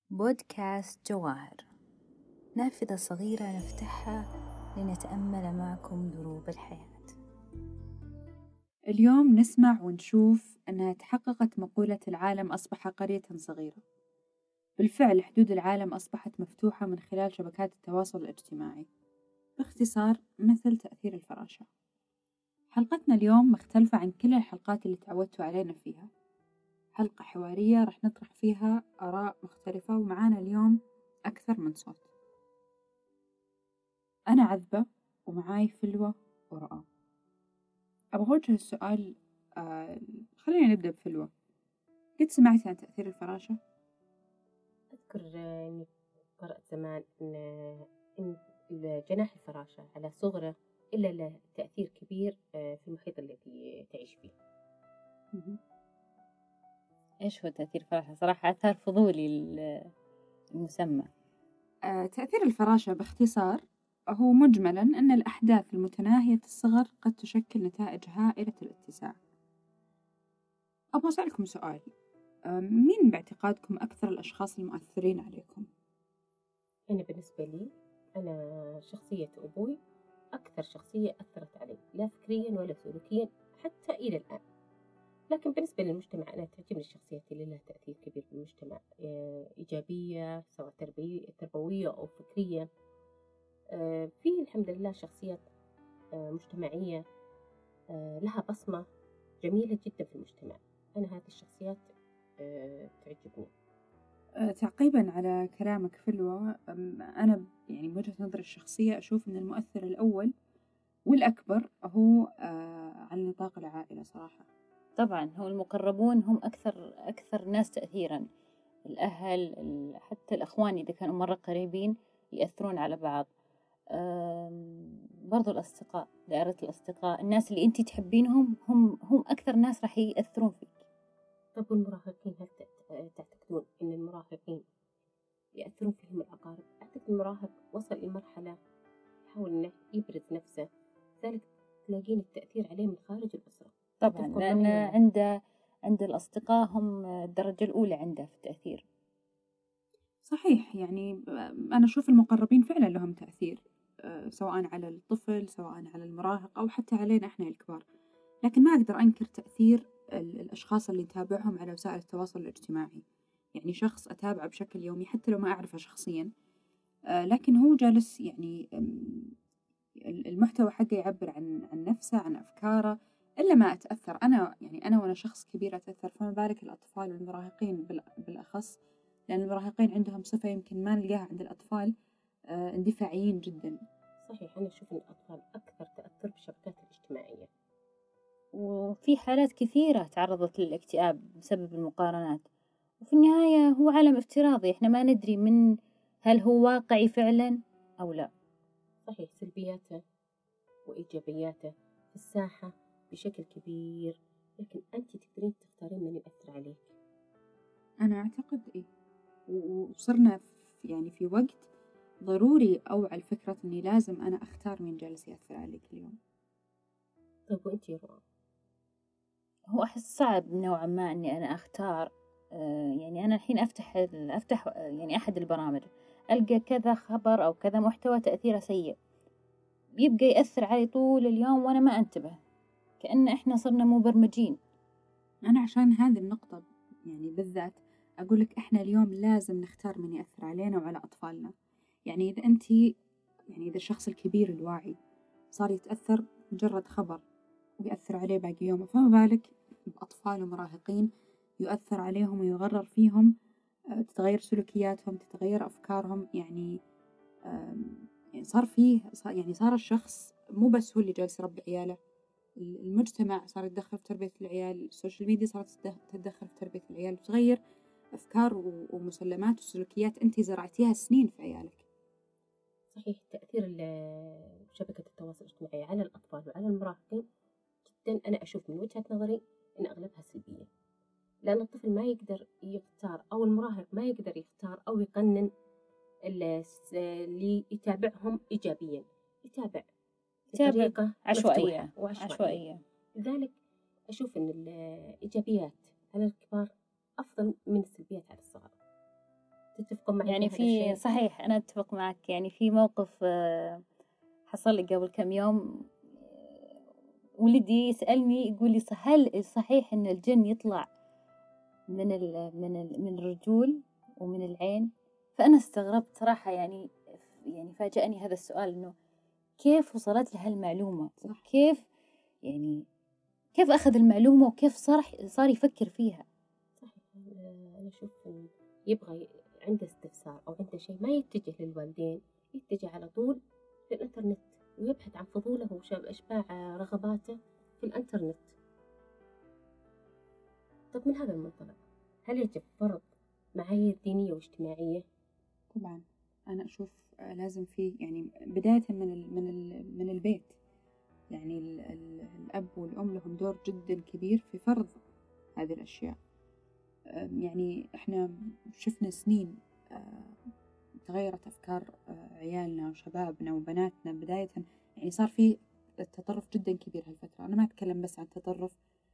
بودكاست جواهر، نافذة صغيرة نفتحها لنتأمل معكم دروب الحياة. اليوم نسمع ونشوف أنها تحققت مقولة العالم أصبح قرية صغيرة. بالفعل حدود العالم أصبحت مفتوحة من خلال شبكات التواصل الاجتماعي، باختصار مثل تأثير الفراشة. حلقتنا اليوم مختلفة عن كل الحلقات اللي تعودتوا علينا فيها، حلقة حوارية رح نطرح فيها آراء مختلفة، ومعانا اليوم أكثر من صوت. أنا عذبة ومعاي فلوة ورؤى. أبغى أوجه السؤال، خلينا نبدأ بفلوة. قد سمعتي عن تأثير الفراشة؟ أذكر إني قرأت زمان إن جناح الفراشة على صغره إلا له تأثير كبير في المحيط الذي تعيش فيه. إيش هو تأثير الفراشة؟ صراحة أثار فضولي المسمى. تأثير الفراشة باختصار هو مجملاً أن الأحداث المتناهية الصغر قد تشكل نتائج هائلة الاتساع. أبغى أسألكم سؤال، مين باعتقادكم أكثر الأشخاص المؤثرين عليكم؟ أنا بالنسبة لي أنا شخصية أبوي أكثر شخصية أثرت علي، لا فكريا ولا سلوكيا حتى إلى الآن. لكن بالنسبة للمجتمع أنا تعجبني الشخصيات اللي لها تأثير كبير في المجتمع، إيجابية سواء تربوية أو فكرية. فيه الحمد لله شخصيات مجتمعية لها بصمة جميلة جدا في المجتمع. أنا هذه الشخصيات تعجبني. تعقيباً على كلامك فلوة، أنا يعني بوجهة نظري الشخصية أشوف أن المؤثر الأول والأكبر هو على نطاق العائلة صراحة. طبعا هو المقربون هم أكثر ناس تأثيرا، الأهل حتى الأخوان إذا كانوا مرة قريبين يأثرون على بعض. برضو الأصدقاء، دائرة الأصدقاء، الناس اللي أنتي تحبينهم هم أكثر ناس راح يأثرون فيك. طب والمراهقين، هل تعتقدون أن المراهقين يأثرون فيهم الأقارب؟ أعتقد المراهق وصل لمرحلة يحاول أنه يبرز نفسه، ذلك تلاقين التأثير عليه من خارج الأسرة. طبعا لأن عند الأصدقاء هم الدرجة الأولى عنده في التأثير. صحيح، يعني أنا أشوف المقربين فعلا لهم تأثير، سواء على الطفل سواء على المراهق أو حتى علينا إحنا الكبار. لكن ما أقدر أنكر تأثير الأشخاص اللي نتابعهم على وسائل التواصل الاجتماعي. يعني شخص أتابعه بشكل يومي حتى لو ما أعرفه شخصيا، لكن هو جالس يعني المحتوى حقه يعبر عن نفسه، عن أفكاره، إلا ما أتأثر أنا. يعني أنا وأنا شخص كبير أتأثر، فما بالك الأطفال والمراهقين بالأخص، لأن المراهقين عندهم صفة يمكن ما نلقاها عند الأطفال، اندفاعيين جدا. صحيح، أنا أشوف أن الأطفال أكثر تأثر بالشبكات الاجتماعية، وفي حالات كثيرة تعرضت للاكتئاب بسبب المقارنات، وفي النهاية هو عالم افتراضي احنا ما ندري من هل هو واقعي فعلا أو لا. صحيح، سلبياته وإيجابياته في الساحة بشكل كبير، لكن أنت تقدرين تختارين من يؤثر عليك. أنا أعتقد إيه، وصرنا يعني في وقت ضروري أوعى الفكرة إني لازم أنا أختار مين جالس يأثر عليك اليوم. طيب وأنت يا رؤى؟ هو أحس صعب نوعا ما إني أنا أختار. يعني أنا الحين أفتح يعني أحد البرامج، ألقى كذا خبر أو كذا محتوى تأثيره سيء، بيبقى يأثر علي طول اليوم وأنا ما أنتبه، كأن إحنا صرنا مبرمجين. أنا عشان هذه النقطة يعني بالذات أقولك إحنا اليوم لازم نختار من يأثر علينا وعلى أطفالنا. يعني إذا أنت يعني إذا الشخص الكبير الواعي صار يتأثر مجرد خبر ويأثر عليه باقي يومه، فما بالك بأطفال ومراهقين يؤثر عليهم ويغرر فيهم، تتغير سلوكياتهم، تتغير أفكارهم. يعني يعني صار الشخص مو بس هو اللي جالس يربي عياله، المجتمع صار يتدخل في تربية العيال، السوشيال ميديا صارت تتدخل في تربية العيال وتغير أفكار ومسلمات وسلوكيات أنت زرعتيها سنين في عيالك. صحيح، تأثير شبكة التواصل الاجتماعي على الأطفال وعلى المراهقين جدا أنا أشوف من وجهة نظري أن أغلبها سلبية، لأن الطفل ما يقدر يختار، أو المراهق ما يقدر يختار أو يقنن اللي يتابعهم إيجابيا، يتابع بطريقة عشوائية وعشوائية. لذلك أشوف أن الإيجابيات على الكبار أفضل من السلبيات على الصغار. تتفقون معي يعني في هذا في الشيء؟ صحيح أنا أتفق معك. يعني في موقف حصل لي قبل كم يوم، ولدي يسألني يقول لي هل صحيح إن الجن يطلع من الرجول ومن العين؟ فأنا استغربت صراحة. يعني فاجأني هذا السؤال، إنه كيف وصلت له هالمعلومة، وكيف يعني كيف أخذ المعلومة، وكيف صار يفكر فيها. صحيح. أنا أشوف إن يبغى عنده استفسار أو عنده شيء، ما يتجه للوالدين، يتجه على طول للإنترنت ويبحث عن فضوله وإشباع رغباته في الإنترنت. طب من هذا المنطلق، هل يجب فرض معايير دينية واجتماعية؟ طبعا أنا أشوف لازم في يعني بداية من البيت. يعني الأب والأم لهم دور جدا كبير في فرض هذه الأشياء. يعني إحنا شفنا سنين تغيرت أفكار عيالنا وشبابنا وبناتنا بداية. يعني صار في تطرف جدا كبير هالفترة. أنا ما أتكلم بس عن تطرف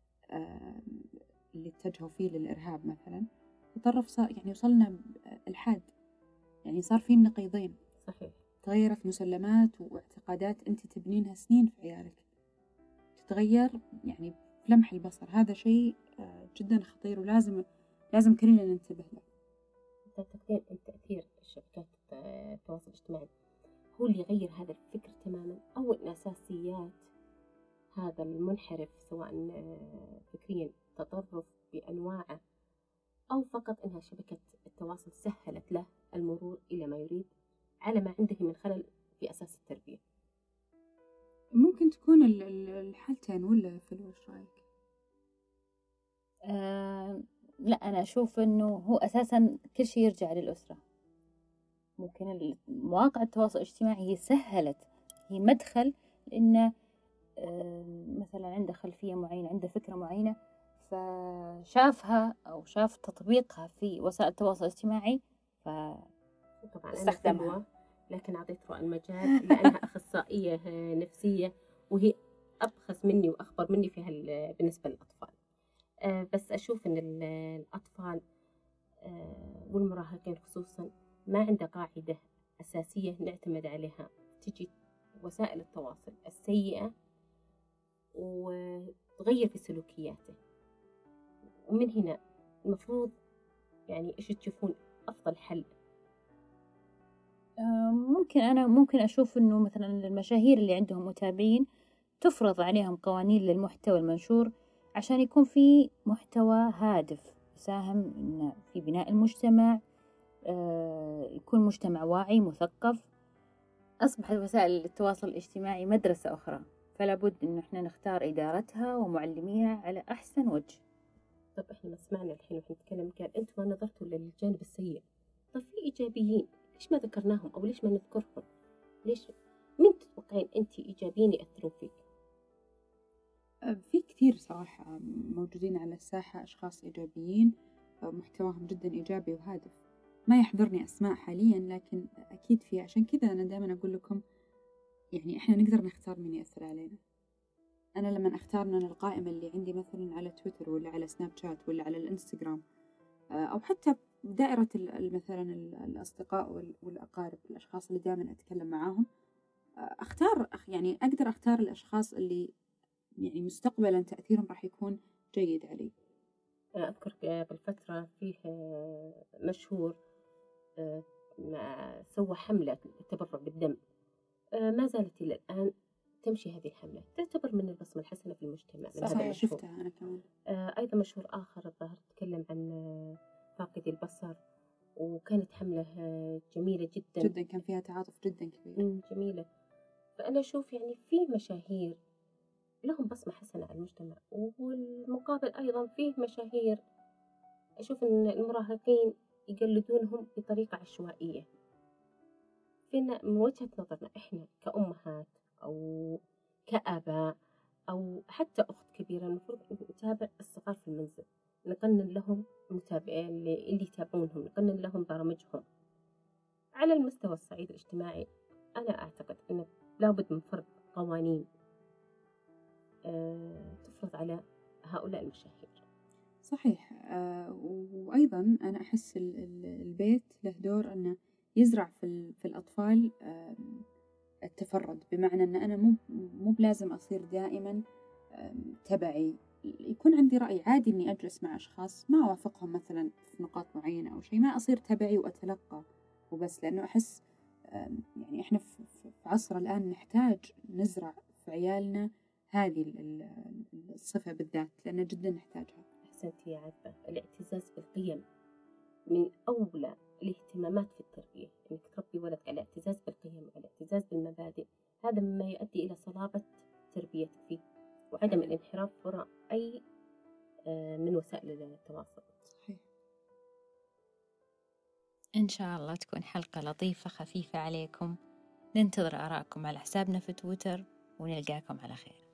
اللي اتجهوا فيه للإرهاب مثلا، تطرف صار يعني وصلنا الحاد. يعني صار في النقيضين. صحيح. تغيرت مسلمات واعتقادات أنت تبنينها سنين في عيالك تتغير يعني في لمح البصر. هذا شيء جدا خطير، لازم كلنا ننتبه له. تعتقدين أن تأثير شبكات التواصل الاجتماعي هو اللي يغير هذا الفكر تماما، أو أن أساسيات هذا المنحرف سواء فكريا تطرف بأنواعه، أو فقط أنها شبكة التواصل سهلت له المرور إلى ما يريد على ما عنده من خلل في أساس التربية؟ ممكن تكون الحالتين، ولا وش رأيك؟ لا، أنا أشوف إنه هو أساسا كل شيء يرجع للأسرة. ممكن مواقع التواصل الاجتماعي هي سهلت، هي مدخل، لأنه مثلا عنده خلفية معينة، عنده فكرة معينة، فشافها أو شاف تطبيقها في وسائل التواصل الاجتماعي طبعا أنا فاستخدمها. فلوة، لكن أعطيت رؤى المجال لأنها أخصائية نفسية، وهي أبخس مني وأخبر مني في بالنسبة للأطفال. بس أشوف أن الأطفال والمراهقين خصوصا ما عنده قاعدة أساسية نعتمد عليها. تجي وسائل التواصل السيئة وتغير في سلوكياته، ومن هنا المفروض يعني إيش تشوفون أفضل حل؟ ممكن أشوف إنه مثلا المشاهير اللي عندهم متابعين تفرض عليهم قوانين للمحتوى المنشور، عشان يكون في محتوى هادف يساهم في بناء المجتمع، يكون مجتمع واعي مثقف. أصبحت وسائل التواصل الاجتماعي مدرسة أخرى، فلا بد إنه إحنا نختار إدارتها ومعلميها على أحسن وجه. طب إحنا ما سمعنا الحين وإحنا نتكلم قال أنتم ما نظرتوا للجانب السيء. طب في إيجابيين ليش ما ذكرناهم أو ليش ما نذكرهم؟ ليش من تتوقعين أنت إيجابيين يأثرون فيك؟ في كثير صراحة موجودين على الساحة أشخاص إيجابيين، محتواهم جدا إيجابي وهادف. ما يحضرني أسماء حاليا، لكن أكيد في. عشان كذا أنا دائما أقول لكم يعني إحنا نقدر نختار من يأثر علينا. أنا لما أختار من القائمة اللي عندي مثلا على تويتر ولا على سناب شات ولا على الإنستغرام، أو حتى دائرة مثلا الأصدقاء والأقارب، الأشخاص اللي دائما أتكلم معاهم، أختار يعني أقدر أختار الأشخاص اللي يعني مستقبلا تأثيرهم راح يكون جيد علي. أذكر بالفترة فيه مشهور سوى حملة التبرع بالدم، ما زالت إلى الآن تمشي هذه الحملة، تعتبر من البصمة الحسنة في المجتمع. من هذا المشهور شفتها أنا كمان. أيضا مشهور آخر الظاهر تكلم عن فاقدي البصر، وكانت حملة جميلة جدا جدا، كان فيها تعاطف جدا كبير. جميلة. فأنا أشوف يعني في مشاهير لهم بصمة حسنة على المجتمع، والمقابل أيضا فيه مشاهير أشوف أن المراهقين يقلدونهم بطريقة عشوائية. فينا من وجهة نظرنا إحنا كأمهات أو كآباء أو حتى أخت كبيرة، المفروض نتابع الصغار في المنزل، نقنن لهم متابعين اللي يتابعونهم، نقنن لهم برامجهم. على المستوى الصعيد الاجتماعي أنا أعتقد أنه لابد من فرض قوانين تفرض على هؤلاء المشاهير. صحيح. وأيضا أنا أحس البيت له دور أنه يزرع في الأطفال التفرد، بمعنى أن أنا مو بلازم أصير دائما تبعي، يكون عندي رأي، عادي إني أجلس مع أشخاص ما أوافقهم مثلا في نقاط معينة أو شيء، ما أصير تبعي وأتلقى وبس، لأنه أحس يعني إحنا في عصر الآن نحتاج نزرع في عيالنا هذه الصفة بالذات، لأن جدا نحتاجها. أحسنتي يا عذبة، الاعتزاز بالقيم من أولى الاهتمامات في التربية، إنك تربي ولدك على الاعتزاز بالقيم وعلى الاعتزاز بالمبادئ، هذا مما يؤدي إلى صلابة تربيتك فيه وعدم الانحراف وراء أي من وسائل التواصل. صحيح. إن شاء الله تكون حلقة لطيفة خفيفة عليكم. ننتظر آراءكم على حسابنا في تويتر، ونلقاكم على خير.